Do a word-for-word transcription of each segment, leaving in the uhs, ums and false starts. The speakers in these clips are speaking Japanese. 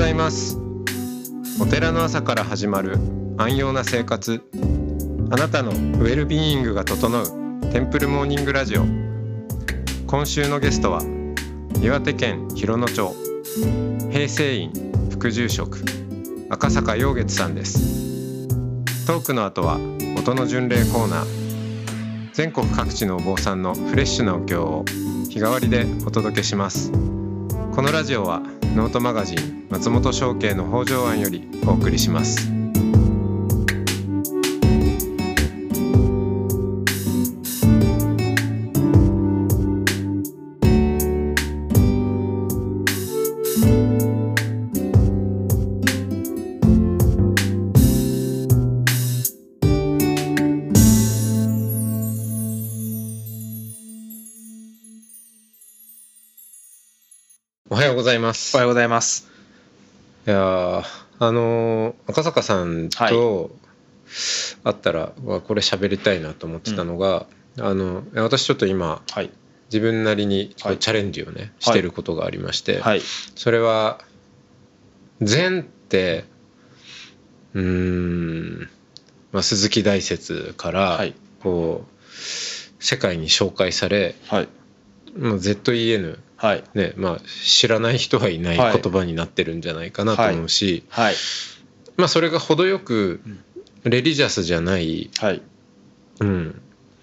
ざいます。お寺の朝から始まる安養な生活、あなたのウェルビーイングが整うテンプルモーニングラジオ。今週のゲストは岩手県洋野町平成院副住職赤坂陽月さんです。トークの後は音の巡礼コーナー。全国各地のお坊さんのフレッシュなお経を日替わりでお届けします。このラジオはノートマガジン松本商家の北条庵よりお送りします。おはようございます。 おはようございます。 いやあのー、赤坂さんと会ったら、はい、これ喋りたいなと思ってたのが、うん、あの私ちょっと今、はい、自分なりにチャレンジをね、はい、してることがありまして、はい、それは禅ってうーん、まあ、鈴木大拙からこう世界に紹介され、はい、もう ゼットイーエヌはいねまあ、知らない人はいない言葉になってるんじゃないかなと思うし、はいはいまあ、それが程よくレリジャスじゃない、はいうん、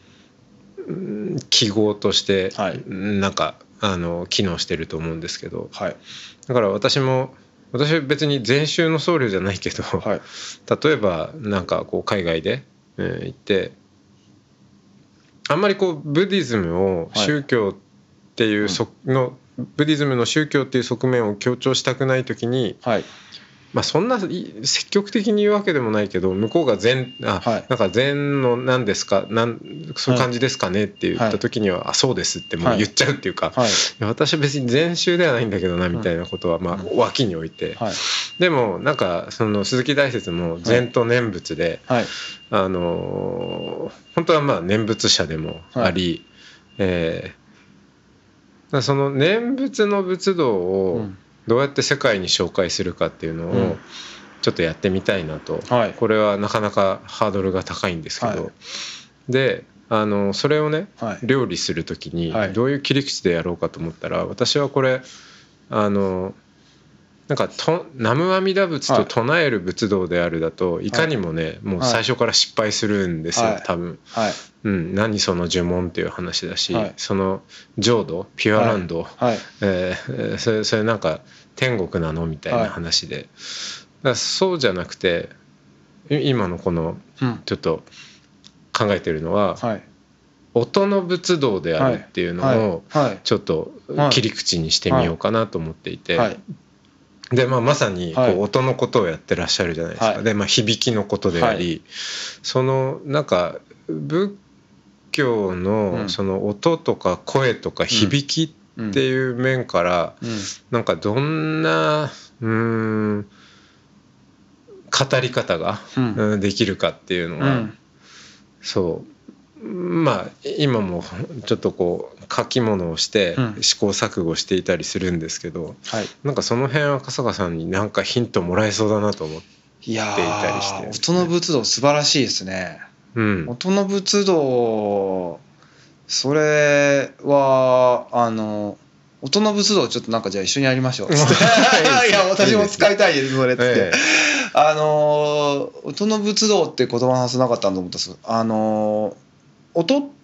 記号としてなんかあの機能してると思うんですけど、はい、だから私も私は別に禅宗の僧侶じゃないけど、はい、例えばなんかこう海外で、えー、行ってあんまりこうブディズムを宗教ってっていうそのブディズムの宗教っていう側面を強調したくないときに、はいまあ、そんな積極的に言うわけでもないけど向こうが禅あ、はい、なんか禅の何ですかなんそういう感じですかねって言ったときには、はい、あそうですってもう言っちゃうっていうか、はい、私は別に禅宗ではないんだけどなみたいなことはまあ脇に置いて、はい、でもなんかその鈴木大拙も禅と念仏で、はいあのー、本当はまあ念仏者でもあり、はいえーその念仏の仏道をどうやって世界に紹介するかっていうのをちょっとやってみたいなと、うん、これはなかなかハードルが高いんですけど、はい、であのそれをね、はい、料理するときにどういう切り口でやろうかと思ったら私はこれあのなんかと南無阿弥陀仏と唱える仏道であるだといかにもね、はい、もう最初から失敗するんですよ、はい、多分、はいうん、何その呪文っていう話だし、はい、その浄土ピュアランド、はいはいえー、それ、それなんか天国なのみたいな話で、はい、だからそうじゃなくて今のこのちょっと考えてるのは、はい、音の仏道であるっていうのをちょっと切り口にしてみようかなと思っていて、はいはいでまあ、まさにこう音のことをやってらっしゃるじゃないですか、はいでまあ、響きのことであり、はい、そのなんか仏教のその音とか声とか響きっていう面からなんかどんなうーん語り方ができるかっていうのはそうまあ今もちょっとこう書き物をして試行錯誤していたりするんですけどなんかその辺赤坂さんになんかヒントもらえそうだなと思っていたりして、 いや音の仏道素晴らしいですね。うん、音の仏道それはあの音の仏道ちょっとなんかじゃあ一緒にやりましょういや私も使いたいですそれって、ええ、あの音の仏道って言葉の発想なかったんだと思ったんですあの音って、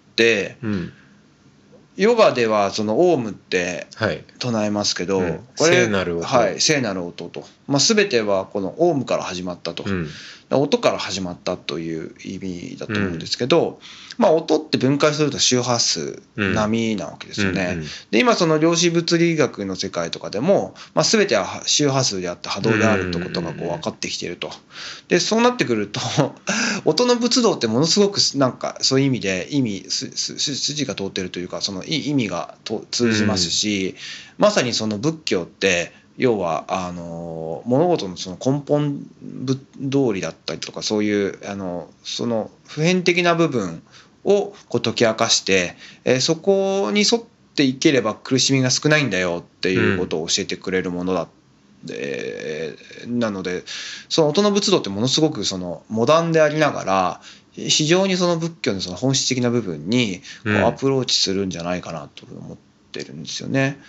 うん、ヨガではそのオウムって唱えますけど、はいうん、これ聖なる音、はい、聖なる音と、まあ、全てはこのオウムから始まったと、うん音から始まったという意味だと思うんですけど、うんまあ、音って分解すると周波数並みなわけですよね、うんうんうん、で今その量子物理学の世界とかでも、まあ、全ては周波数であって波動であるってことがこう分かってきているとでそうなってくると音の仏道ってものすごくなんかそういう意味で意味筋が通ってるというかその意味が通じますし、うん、まさにその仏教って要はあの物事のその根本通りだったりとかそういうあのその普遍的な部分をこう解き明かして、えー、そこに沿っていければ苦しみが少ないんだよっていうことを教えてくれるものだでなのでその音の仏道ってものすごくそのモダンでありながら非常にその仏教のその本質的な部分にこうアプローチするんじゃないかなと思ってるんですよね。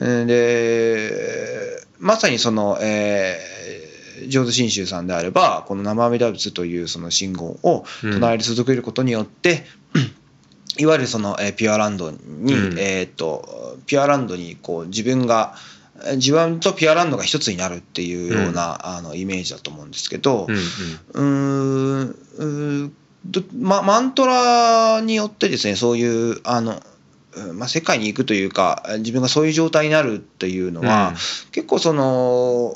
でまさにその、えー、浄土真宗さんであればこの南無阿弥陀仏というその信号を唱え続けることによって、うん、いわゆるその、えー、ピュアランドに、うん、えー、っとピュアランドにこう自分が自分とピュアランドが一つになるっていうような、うん、あのイメージだと思うんですけど、うん、うーんま、マントラによってですねそういうあのまあ、世界に行くというか自分がそういう状態になるっていうのは、うん、結構その、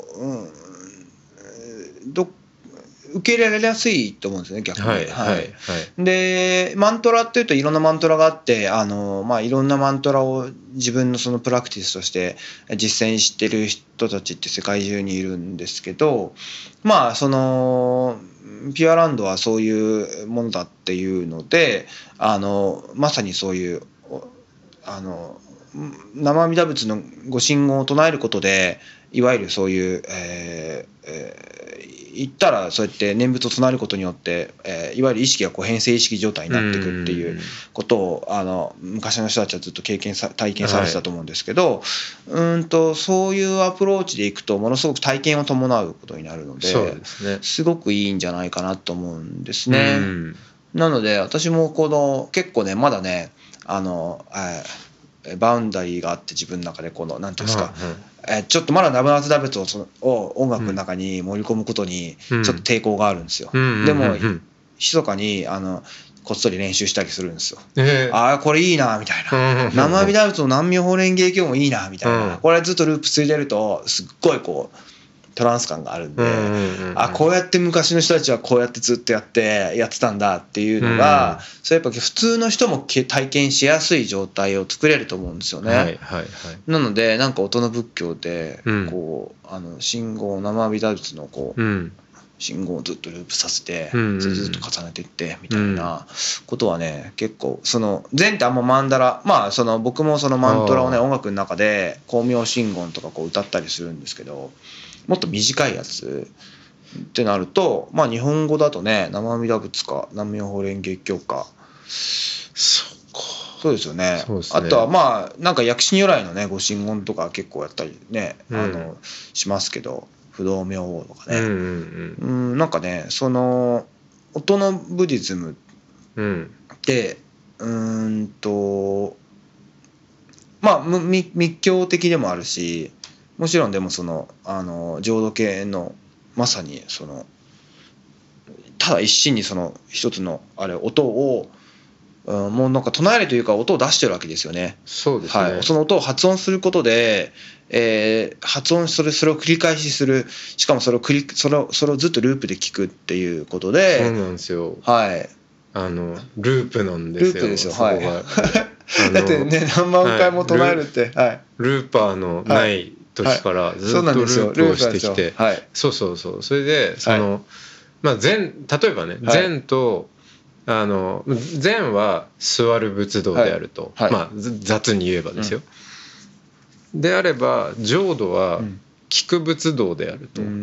うん、ど受け入れられやすいと思うんですね逆に。はいはいはい、でマントラっていうといろんなマントラがあってあの、まあ、いろんなマントラを自分のそのプラクティスとして実践してる人たちって世界中にいるんですけどまあそのピュアランドはそういうものだっていうのであのまさにそういうあの南無阿弥陀仏のご神言を唱えることでいわゆるそういう、えーえー、言ったらそうやって念仏を唱えることによって、えー、いわゆる意識がこう変性意識状態になっていくっていうことをあの昔の人たちはずっと経験さ体験されてたと思うんですけど、はい、うんとそういうアプローチでいくとものすごく体験を伴うことになるの で, そうですね、 すごくいいんじゃないかなと思うんですね。なので私もこの結構ねまだねあの、えー、バウンダリーがあって自分の中でこの何ていうんですか、うんうんえー、ちょっとまだ南無阿弥陀仏をそのを音楽の中に盛り込むことにちょっと抵抗があるんですよ、うん、でも密かにあのこっそり練習したりするんですよ、えー、ああこれいいなみたいな、うん、南無阿弥陀仏の南無妙法蓮華経もいいなみたいな、うん、これずっとループついてるとすっごいこうトランス感があるんで、うんうんうん、あこうやって昔の人たちはこうやってずっとやってやってたんだっていうのが、うん、それやっぱ普通の人も体験しやすい状態を作れると思うんですよね、はいはいはい、なのでなんか音の仏教でこう、うん、あの信号南無阿弥陀仏のこう、うん、信号をずっとループさせて、うんうん、ずっと重ねていってみたいなことはね結構その禅ってあんまマンダラまあその僕もそのマントラをね音楽の中で光明真言とかこう歌ったりするんですけどもっと短いやつってなるとまあ日本語だとね南無阿弥陀仏か南無妙法蓮華経かそうかそうですよ ね, そうですねあとはまあなんか薬師如来のねご神言とか結構やったりね、うん、あのしますけど不動明王とかね、うんうんうん、うんなんかねその音のブディズムってうーんとまあ密教的でもあるしもちろんでもそのあの浄土系のまさにそのただ一心にその一つのあれ音を、うん、もうなんか唱えるというか音を出してるわけですよね。 そうですね、 はい、その音を発音することで、えー、発音するそれを繰り返しするしかもそれを繰りそれをそれをずっとループで聞くっていうことでそうなんですよはいあのループなんですよループですよはいだってね何万回も唱えるって、 はい、ル, ルーパーのない、はい時からずっとループをしてきて、 はい、 そうそうそうそれでその、はいまあ、禅例えばね、はい、禅とあの禅は座る仏道であると、はいはい、まあ雑に言えばですよ、うん、であれば浄土は聞く仏道であると、うん、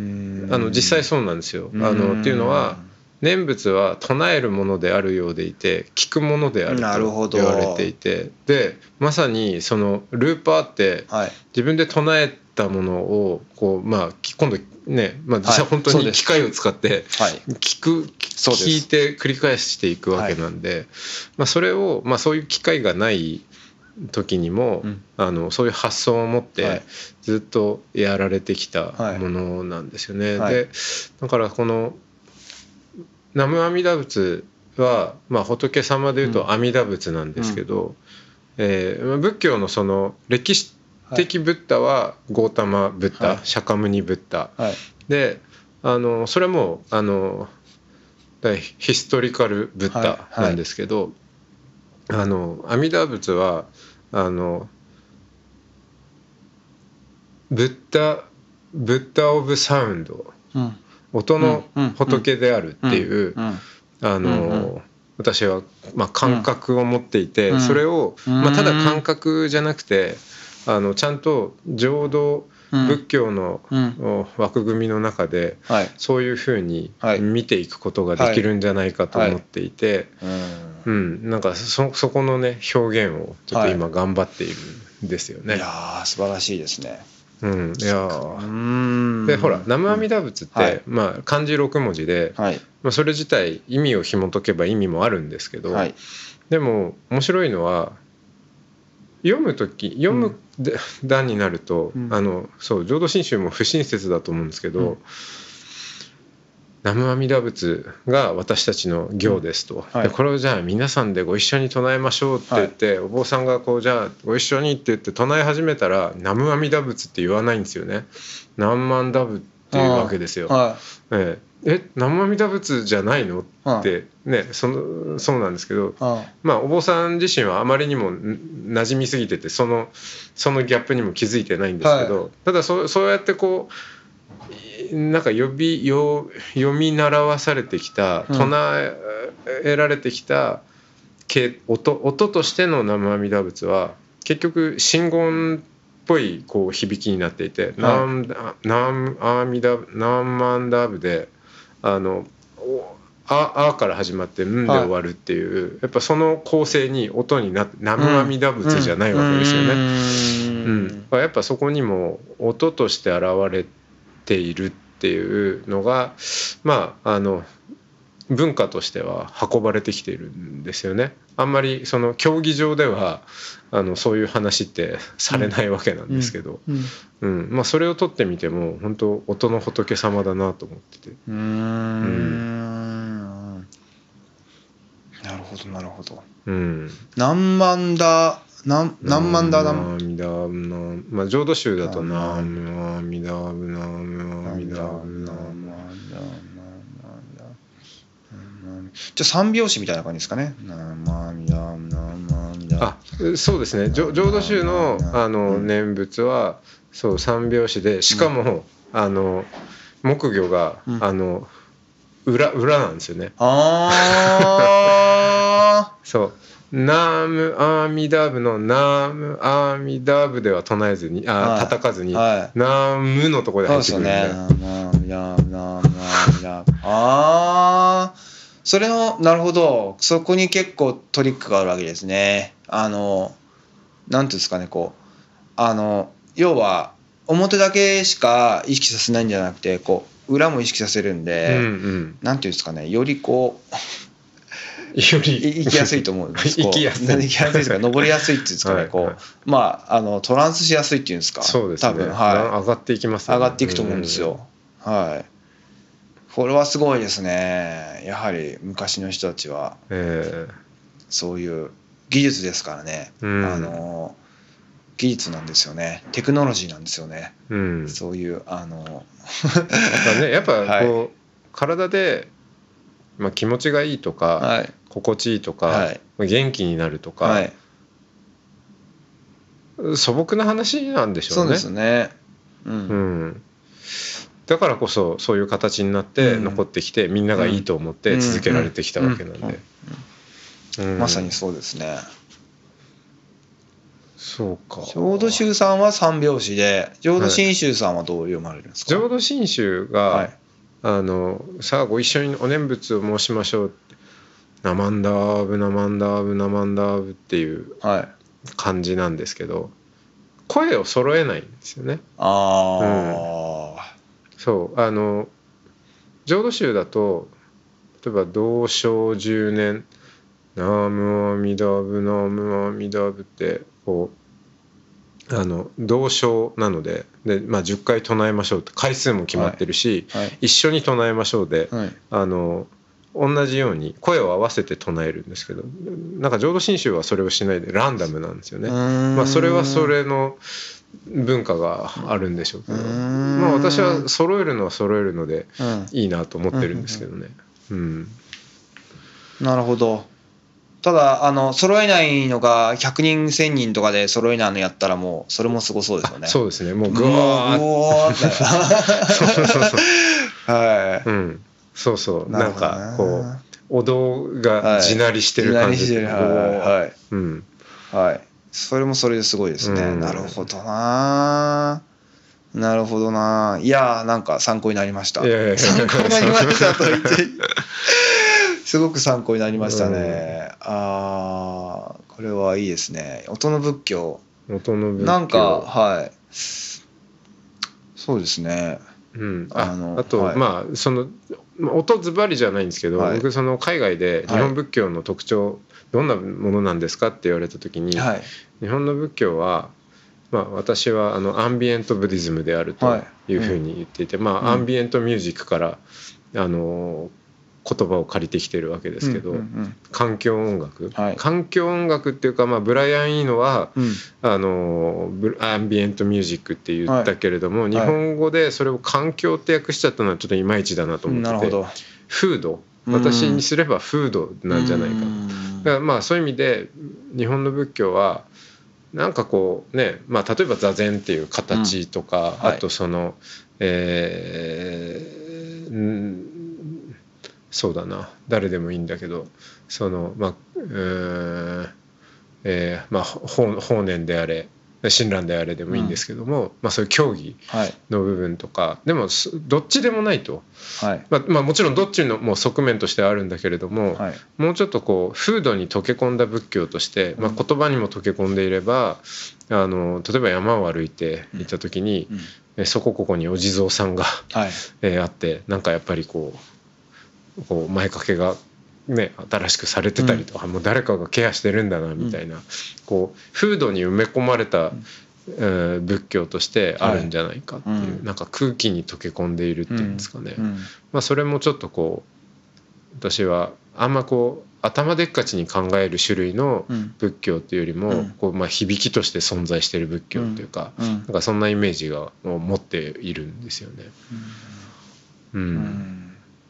あの実際そうなんですよあのっていうのは念仏は唱えるものであるようでいて聞くものであると言われていてでまさにそのルーパーって自分で唱えたものをこう、まあ、今度ね、まあ、実際本当に機械を使って聞く、はい、聞いて繰り返していくわけなんで、はいまあ、それを、まあ、そういう機会がない時にも、うん、あのそういう発想を持ってずっとやられてきたものなんですよね、はい、でだからこの南無阿弥陀仏は、まあ、仏様でいうと阿弥陀仏なんですけど、うんえー、仏教のその歴史的ブッダはゴータマブッダ、はい、シャカムニブッダ、はい、であのそれもあのヒストリカルブッダなんですけど、はいはい、あの阿弥陀仏はあのブッダブッダオブサウンド、うん音の仏であるっていうあの私はまあ感覚を持っていてそれをまあただ感覚じゃなくてあのちゃんと浄土仏教の枠組みの中でそういうふうに見ていくことができるんじゃないかと思っていて、うん、なんか そ, そこのね表現をちょっと今頑張っているんですよね。 いやー素晴らしいですね。 うん、いやでほら南無阿弥陀仏って、はい、まあ、漢字ろく文字で、はい、まあ、それ自体意味を紐解けば意味もあるんですけど、はい、でも面白いのは読む時読む段になると、うん、あのそう浄土真宗も不親切だと思うんですけど、うん、南無阿弥陀仏が私たちの行ですと、はい、でこれをじゃあ皆さんでご一緒に唱えましょうって言って、はい、お坊さんがこうじゃあご一緒にって言って唱え始めたら南無阿弥陀仏って言わないんですよね。南無陀仏っていうわけですよ。はい、ええ、南無阿弥陀仏じゃないのってね、そのそうなんですけど、まあお坊さん自身はあまりにも馴染みすぎててそのそのギャップにも気づいてないんですけど、はい、ただそそうやってこうなんか呼びよ読み習わされてきた唱えられてきた、うん、音, 音としての南無阿弥陀仏は結局真言っぽいこう響きになっていて、はい、南無阿弥陀南無陀仏であのああから始まってんで終わるっていう、はい、やっぱその構成に音になって南無阿弥陀仏じゃないわけですよね。うん、うん、やっぱそこにも音として現れてているっていうのがまああの文化としては運ばれてきているんですよね。あんまりその競技場ではあのそういう話ってされないわけなんですけど、うんうんうん、まあ、それを取ってみても本当音の仏様だなと思ってて、うーん、うん、 なるほどなるほど、 うん、 何万だ何万だ南無阿弥陀仏、まあ浄土宗だと南無阿弥陀仏南無阿弥陀仏じゃあ三拍子みたいな感じですかね。南無阿弥陀南無阿弥陀。 あ、そうですね。浄土宗のあの念仏はそう三拍子で、しかもあの木魚があの裏裏なんですよね。ああ。そう。ナームアーミダーブのナームアーミダーブでは唱えずにあ、はい、叩かずに、はい、ナームのところで入ってくるんで、そうですよね。ナームナームナームナームああ、それのなるほど、そこに結構トリックがあるわけですね。あのなんていうんですかね、こうあの要は表だけしか意識させないんじゃなくてこう裏も意識させるんで、うんうん、なんていうんですかね、よりこうより行きやすいと思うんです。行きやすい行きやすいとか登りやすいっていうんですかね、こう、はいはい、まああのトランスしやすいっていうんですか。 そうですね。多分、はい、上がっていきますね。上がっていくと思うんですよ。うん、はい。これはすごいですね。やはり昔の人たちは、えー、そういう技術ですからね。うん、あの技術なんですよね。テクノロジーなんですよね。うん、そういうあのやっぱね、やっぱこう、はい、体でまあ、気持ちがいいとか、はい、心地いいとか、はい、元気になるとか、はい、素朴な話なんでしょうね。 そうですね、うんうん、 だからこそそういう形になって残ってきて、うん、みんながいいと思って続けられてきたわけなんで、 まさにそうですね。 そうか。 浄土宗さんは三拍子で、浄土真宗さんはどう読まれるんですか。 浄土真宗が、はい、あのさあご一緒にお念仏を申しましょうってナマンダーブナマンダーブナマンダーブっていう感じなんですけど、はい、声を揃えないんですよね。ああ、うん、そうあの浄土宗だと例えば同生十年ナムアミダブナムアミダブってこうあの同唱なの で, で、まあ、じゅっかい唱えましょうって回数も決まってるし、はいはい、一緒に唱えましょうで、はい、あの同じように声を合わせて唱えるんですけど、なんか浄土真宗はそれをしないでランダムなんですよね。まあ、それはそれの文化があるんでしょうけど、まあ、私は揃えるのは揃えるのでいいなと思ってるんですけどね、うんうん、 なるほど。ただあの揃えないのがひゃくにんせんにんとかで揃えないのやったらもうそれもすごそうですよね。 そうですね、もうグワーッグワーッそうそうそうはい、うん、そうそうなんかこうお堂が地鳴りしてる感じで、はいはい、 うん、はい、それもそれですごいですね、うん、なるほどな。 なるほどな。いやーなんか参考になりました。いやいや参考になりましたと言ってすごく参考になりましたね。ああこれはいいですね。音の仏教。 音の仏教。 なんかはいそうですね。 うん、あ, あ, のあと、はい、まあその音ズバリじゃないんですけど、はい、僕その海外で日本仏教の特徴、はい、どんなものなんですかって言われた時に、はい、日本の仏教は、まあ、私はあのアンビエントブディズムであるというふうに言っていて、はいうんまあ、アンビエントミュージックからあの言葉を借りてきてるわけですけど、うんうんうん、環境音楽、はい、環境音楽っていうか、まあ、ブライアン・イーノは、うん、あのアンビエントミュージックって言ったけれども、はい、日本語でそれを環境って訳しちゃったのはちょっといまいちだなと思ってて、なるほど。風土私にすれば風土なんじゃないかな。だからまあそういう意味で日本の仏教はなんかこうね、まあ、例えば座禅っていう形とか、うんはい、あとそのえー、んそうだな誰でもいいんだけどそのまあうーんえー、まあ法然であれ親鸞であれでもいいんですけども、うんまあ、そういう教義の部分とか、はい、でもどっちでもないと、はいまあまあ、もちろんどっちのも側面としてはあるんだけれども、はい、もうちょっとこう風土に溶け込んだ仏教として、まあ、言葉にも溶け込んでいればあの例えば山を歩いていた時に、うんうん、そこここにお地蔵さんが、はいえー、あってなんかやっぱりこう、こう前掛けがね、新しくされてたりとか、うん、もう誰かがケアしてるんだなみたいな、うん、こう風土に埋め込まれた、うんえー、仏教としてあるんじゃないかっていう、はいうん、なんか空気に溶け込んでいるっていうんですかね、うんうんまあ、それもちょっとこう私はあんまこう頭でっかちに考える種類の仏教っていうよりも、うんこうまあ、響きとして存在している仏教っていうか、うん、なんかそんなイメージが持っているんですよね。うんうんうん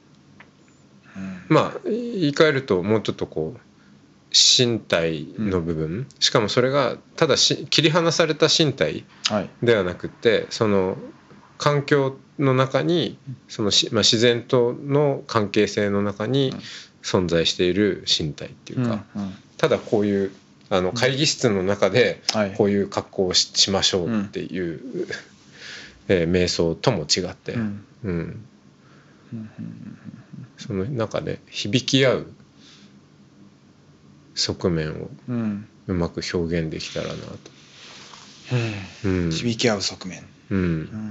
まあ言い換えるともうちょっとこう身体の部分、うん、しかもそれがただし切り離された身体ではなくて、はい、その環境の中にそのし、まあ、自然との関係性の中に存在している身体っていうか、うんうん、ただこういうあの会議室の中でこういう格好を し, しましょうっていう、うんえー、瞑想とも違って、うんうんその中で響き合う側面をうまく表現できたらなと、 うんうん、響き合う側面、 うん、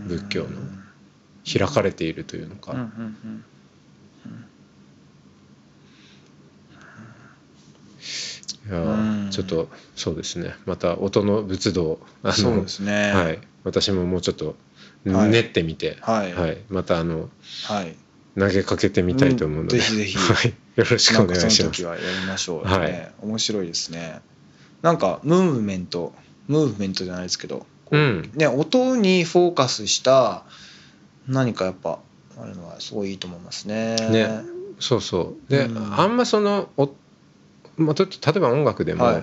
仏教の開かれているというのか、うんうんうんうん、いやちょっとそうですねまた音の仏道あのそうですね、 はい、私ももうちょっと練ってみて、はいはい、またあの、はい投げかけてみたいと思うので、うん、ぜひぜひ、はい、よろしくお願いします。その時はやりましょうね、はい、面白いですね。なんかムーブメントムーブメントじゃないですけど、うん、ね音にフォーカスした何かやっぱあるのはすごいいいと思いますね。 ね、そうそうで、うん、あんまそのお、まあ、例えば音楽でも、はい、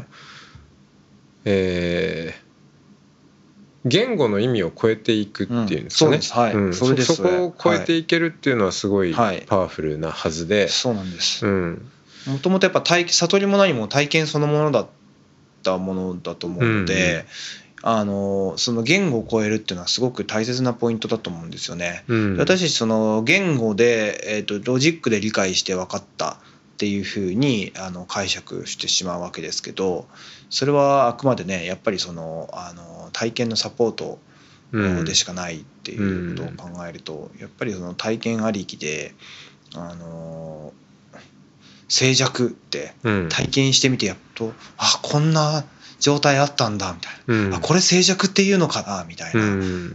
えー言語の意味を超えていくっていうんですかね、うん、そうです、はいうん、そ, そこを超えていけるっていうのはすごいパワフルなはずで、はい、 そうなんです、うん、もともとやっぱ体悟りも何も体験そのものだったものだと思うので、うん、あのその言語を超えるっていうのはすごく大切なポイントだと思うんですよね、うん、私たちその言語で、えーと、ロジックで理解して分かったっていうふうにあの解釈してしまうわけですけど、それはあくまでねやっぱりそのあの体験のサポートでしかないっていうことを考えると、やっぱりその体験ありきであの静寂って体験してみてやっと、あこんな状態あったんだみたいな、うん、あこれ静寂っていうのかなみたいな、うん、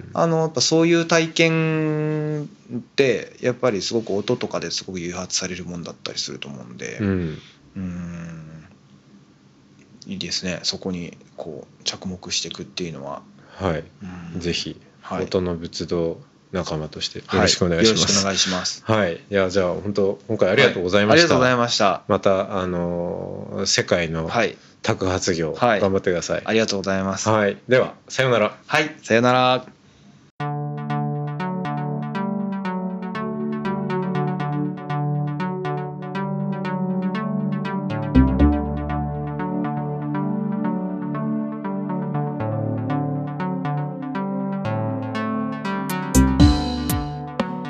あのやっぱそういう体験ってやっぱりすごく音とかですごく誘発されるもんだったりすると思うんで、うん、うーんいいですね。そこにこう着目していくっていうのは、 はい、うん、ぜひ、はい、音の仏道仲間としてよろしくお願いします。はい、よろしくお願いします。はい、いやじゃあ本当今回ありがとうございました。はい、ありがとうございました。またあの世界の托発業頑張ってください。はい、 ありがとうございます。 はい、ではさようなら。 はい、さようなら。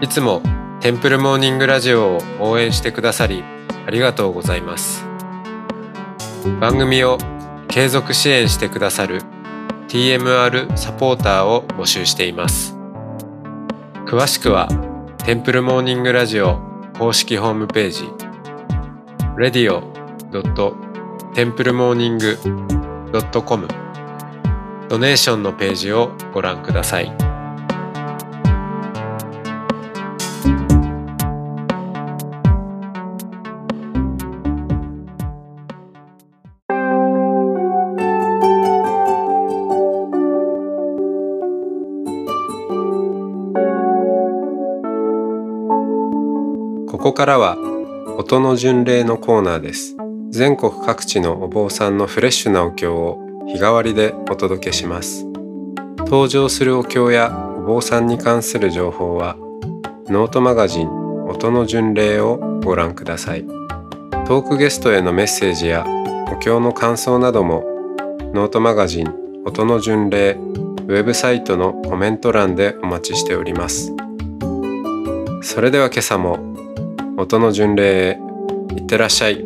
いつもテンプルモーニングラジオを応援してくださりありがとうございます。番組を継続支援してくださる ティーエムアール サポーターを募集しています。詳しくはテンプルモーニングラジオ公式ホームページ レディオ ドット テンプルモーニング ドット コム ドネーションのページをご覧ください。ここからは音の巡礼のコーナーです。全国各地のお坊さんのフレッシュなお経を日替わりでお届けします。登場するお経やお坊さんに関する情報はノートマガジン音の巡礼をご覧ください。トークゲストへのメッセージやお経の感想などもノートマガジン音の巡礼ウェブサイトのコメント欄でお待ちしております。それでは今朝も音の巡礼へいってらっしゃい。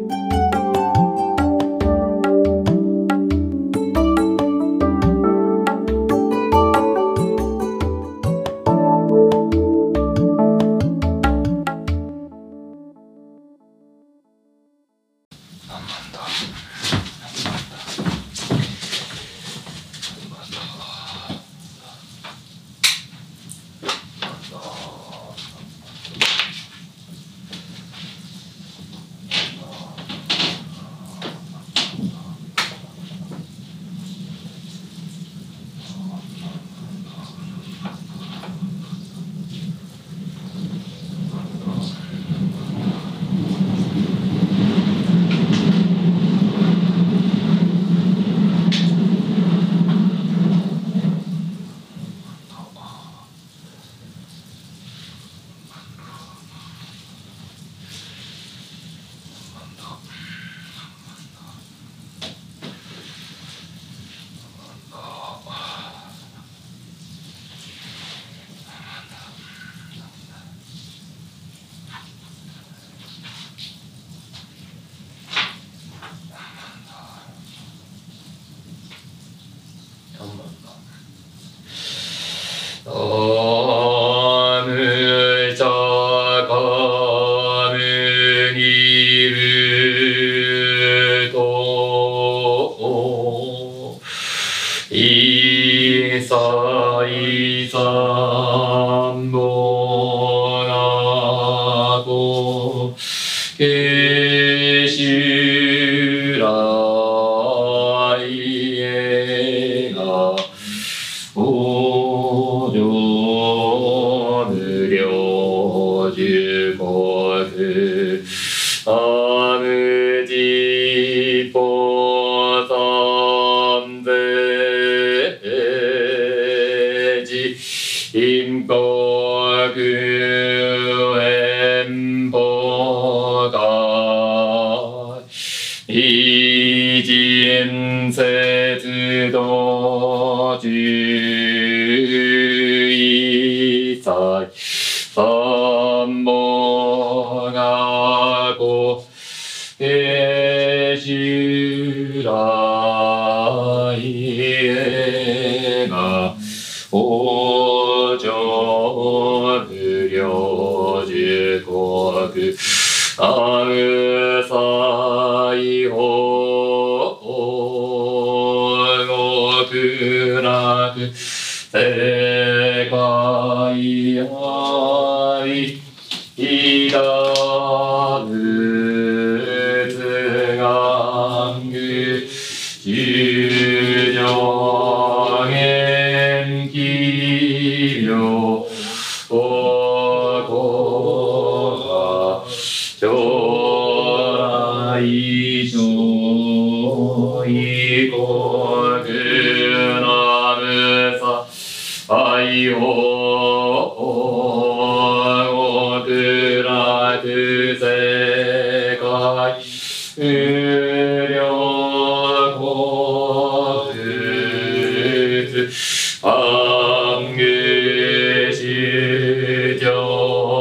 安下主上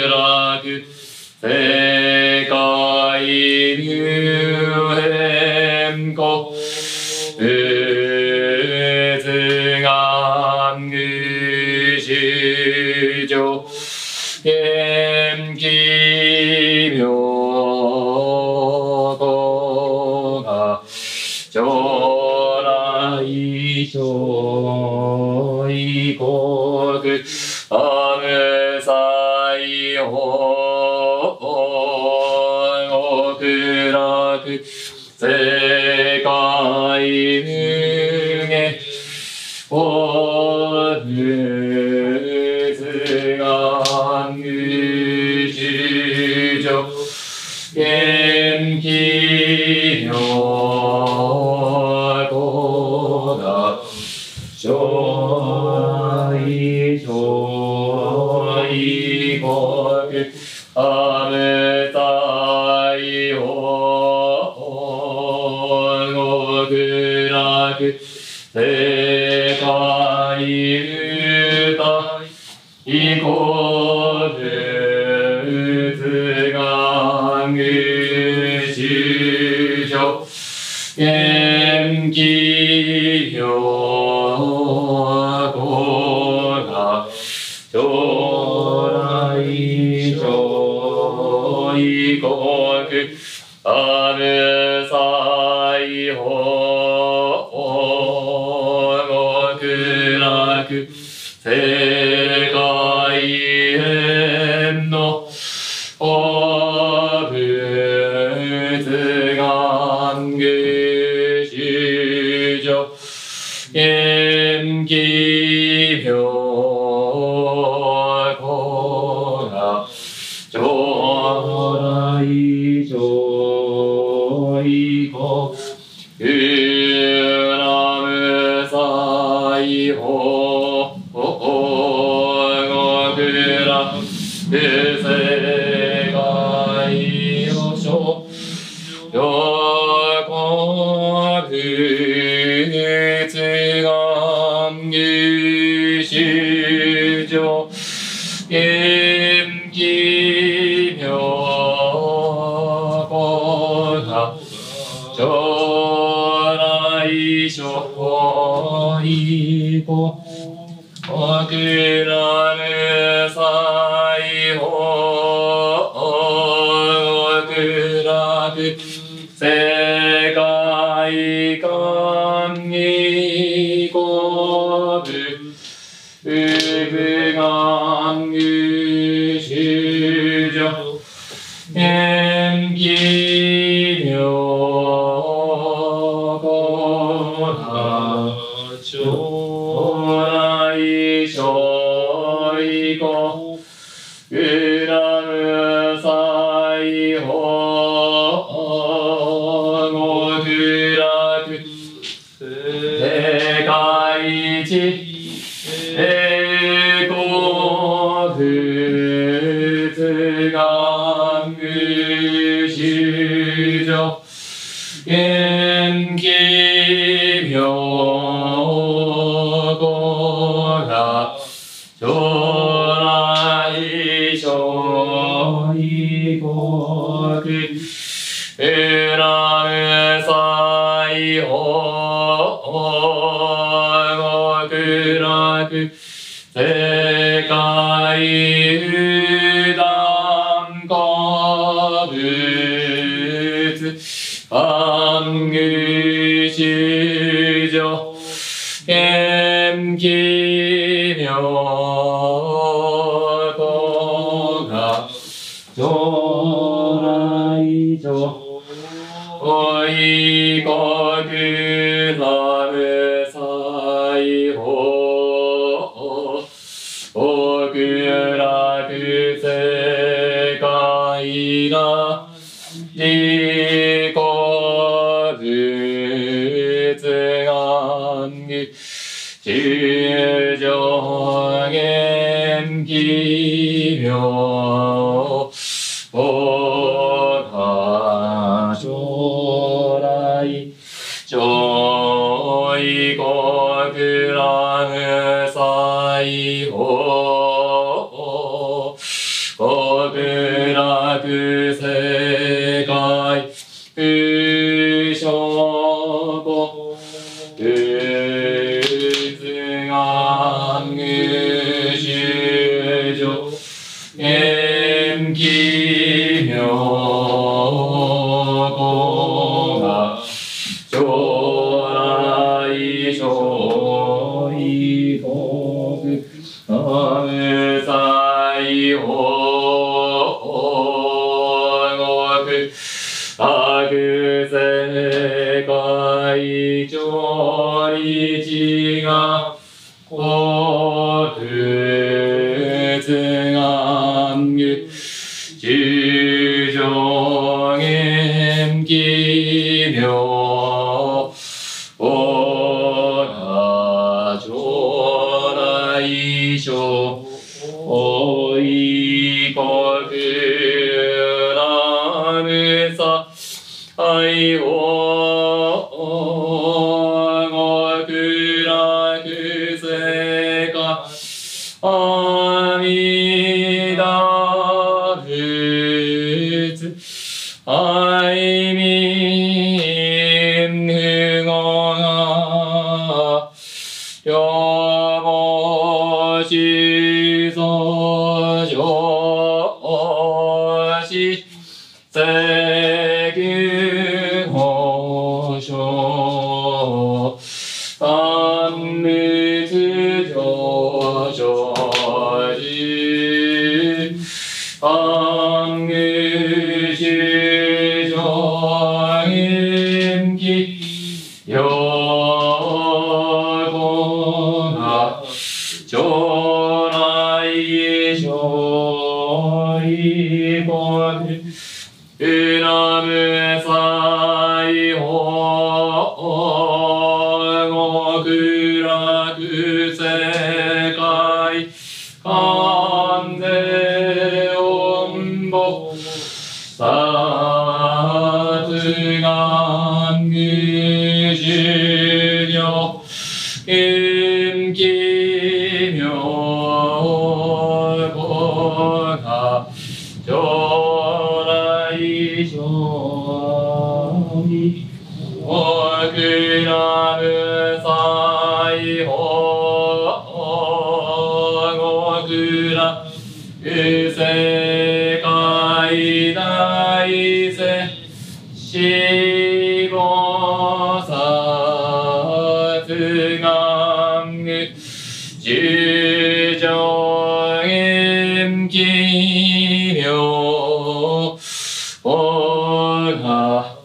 楽世界無変故仏願具主上元気妙高が将来小異国阿無祭法極楽世界無下法仏願具主上元気妙高が将来小異国阿無祭法極楽世界無大異国仏願具主上元気妙高が将来小異国阿無祭法極楽世界縁の法仏願具主上元気妙高が将来小異国阿無祭法極楽世界の諸横仏願具主上元気妙高が将来小異国極楽祭法極楽世界観義故仏願具主上元気妙高が将来小異国阿無祭法極楽世界一栄光仏願具主上元気妙高が将来小異国阿無祭法極楽世界無断古仏願具主上元気妙高が将来小異国阿無祭法極楽世界な利己仏願具主上元気妙高が将来小異国阿無祭法悪世界不祥母仏願無修上元気妙法が将来小異国無罪法国悪世界上立が法仏願無十上元気妙法が将来小異国な無さ愛法極楽世界阿弥陀仏愛民不護がよもしそ上し世間保障三仏上生寺安具修上元気よこが将来小異国うなむ祭法極楽世界完全音母殺願無修行元気妙法が将来小異国なむ祭法極楽世界大世死亡殺願無十上元気妙法が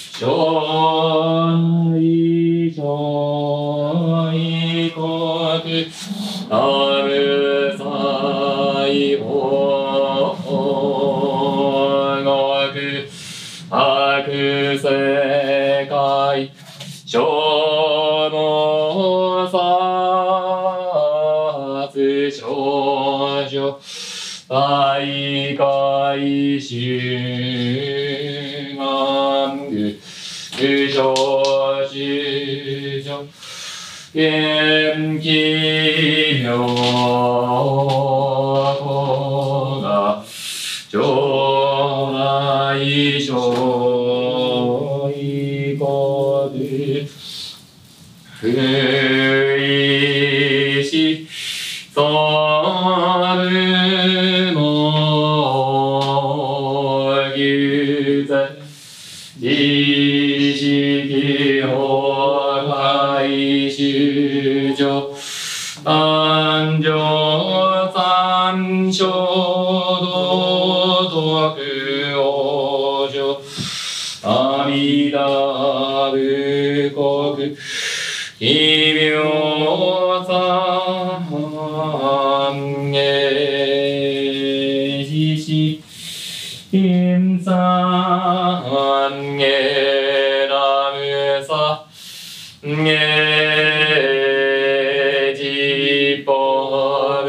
将来小異国なむ祭法極悪世界消耗殺少女大海修願具不祥事上元気妙法が将来小異国不意しそるも牛座自識法開修上安上三所道徳往生阿弥陀仏国奇妙三芸自死因三芸ナムサ芸実法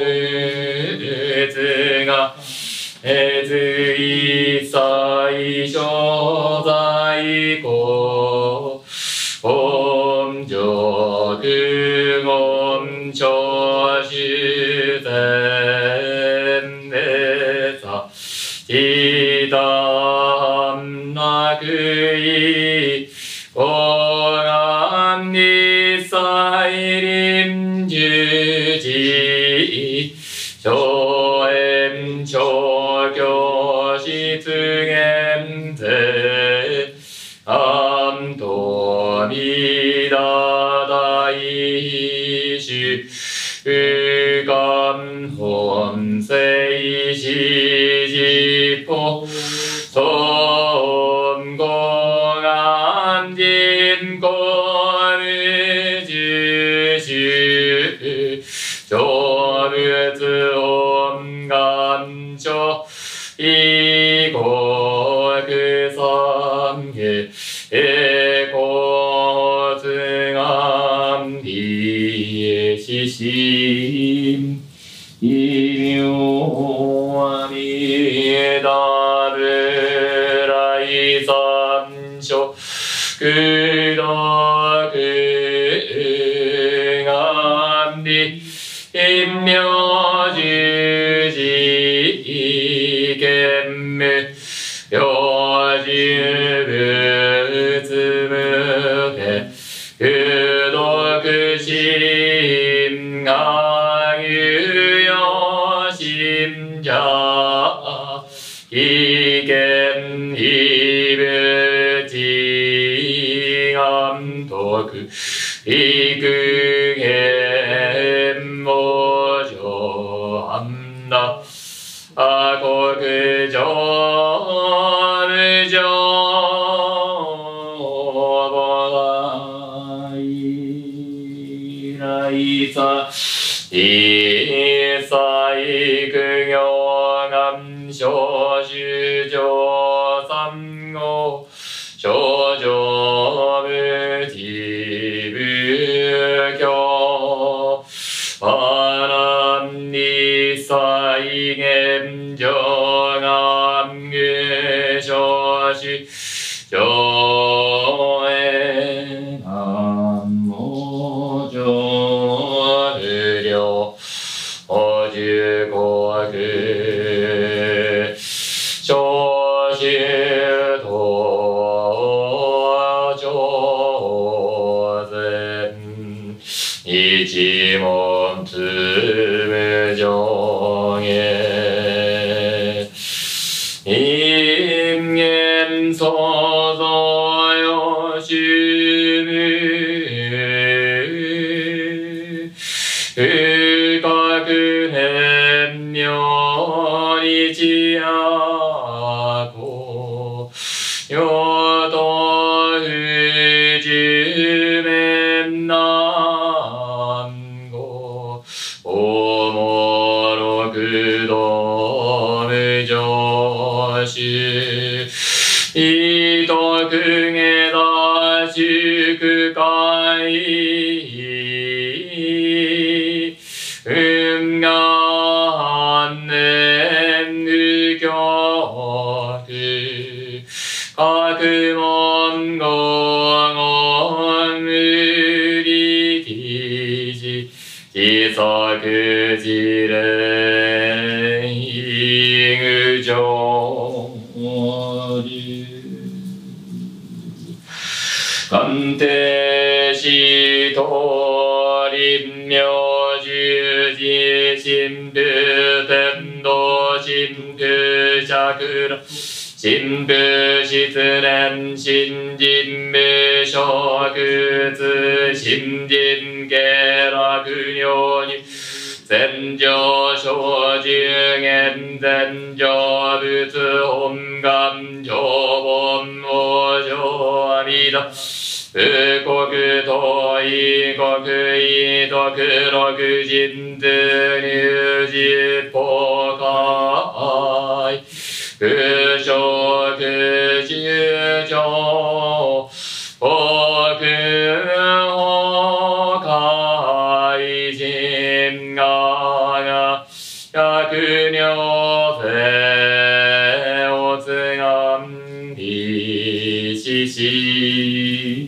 仏がへず一切所在故本上空言長主禅でさ一談なくい公安立祭臨十字荘園調教出現税安とみだ大主不願本性し実法尊語願人公無住主成仏音願書異国三下栄光津願理死心異名阿弥陀如来三所功徳願理陰明十字見無領十仏無下功徳心願有用心者非見非仏知願徳幾変無常安楽阿国上無常菩提来さ一切苦行願生主上三号症状無知仏教阿南立祭現上願具生死上へ南無上無量お十国小衆道上善一門つ無上下人間創造よしむ不覚変妙日夜行よと不十面南語おもろくど無常主意徳下だ祝会運願念無教各門語言無理記事自作自礼無常流鑑定しと臨明十字神父天道神父桜神父失念新人無職通新人下落尿に全上小十元全上仏本願上本往生阿弥陀仏国と異国異徳六人図入十法界不職十条国法界人が百両税をつがんりしし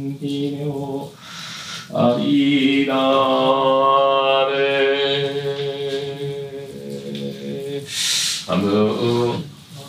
ありがむあむ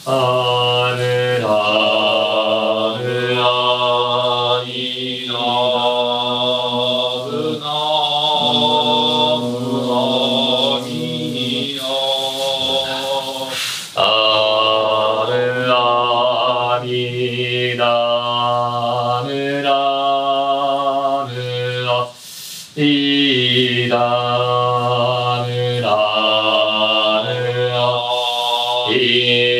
あるらるありなぶなむあみなあるありなるらるありなるらるあり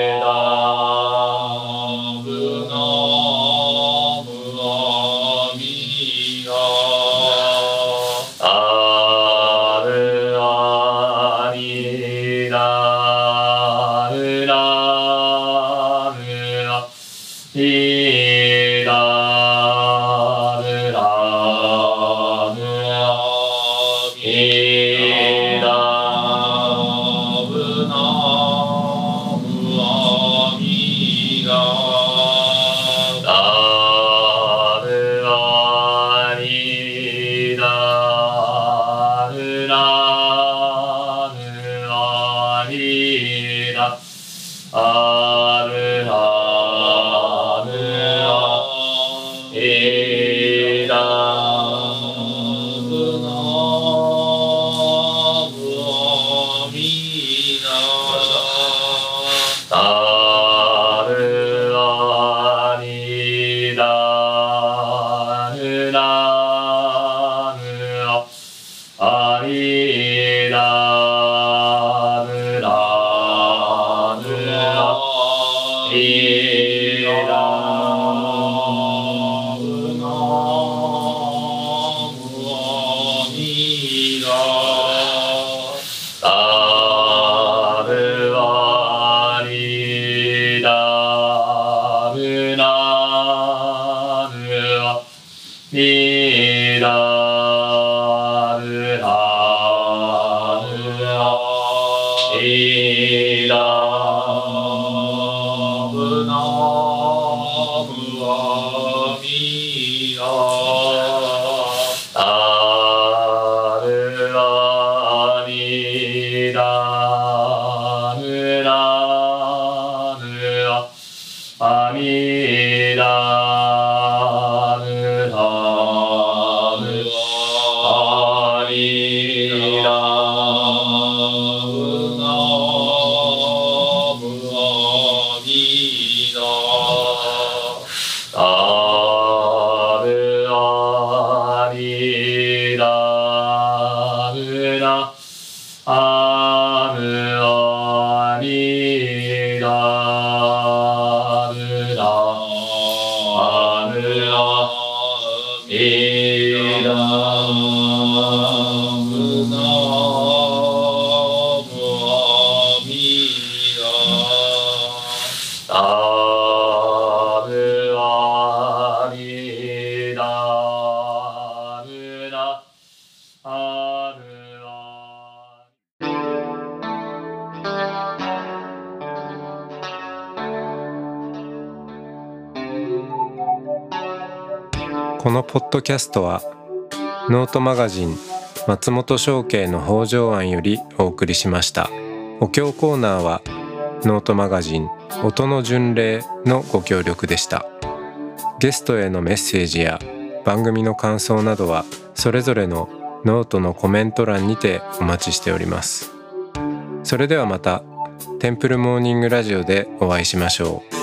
このポッドキャストはノートマガジン松本商家の北条庵よりお送りしました。お経コーナーはノートマガジン音の巡礼のご協力でした。ゲストへのメッセージや番組の感想などはそれぞれのノートのコメント欄にてお待ちしております。それではまたテンプルモーニングラジオでお会いしましょう。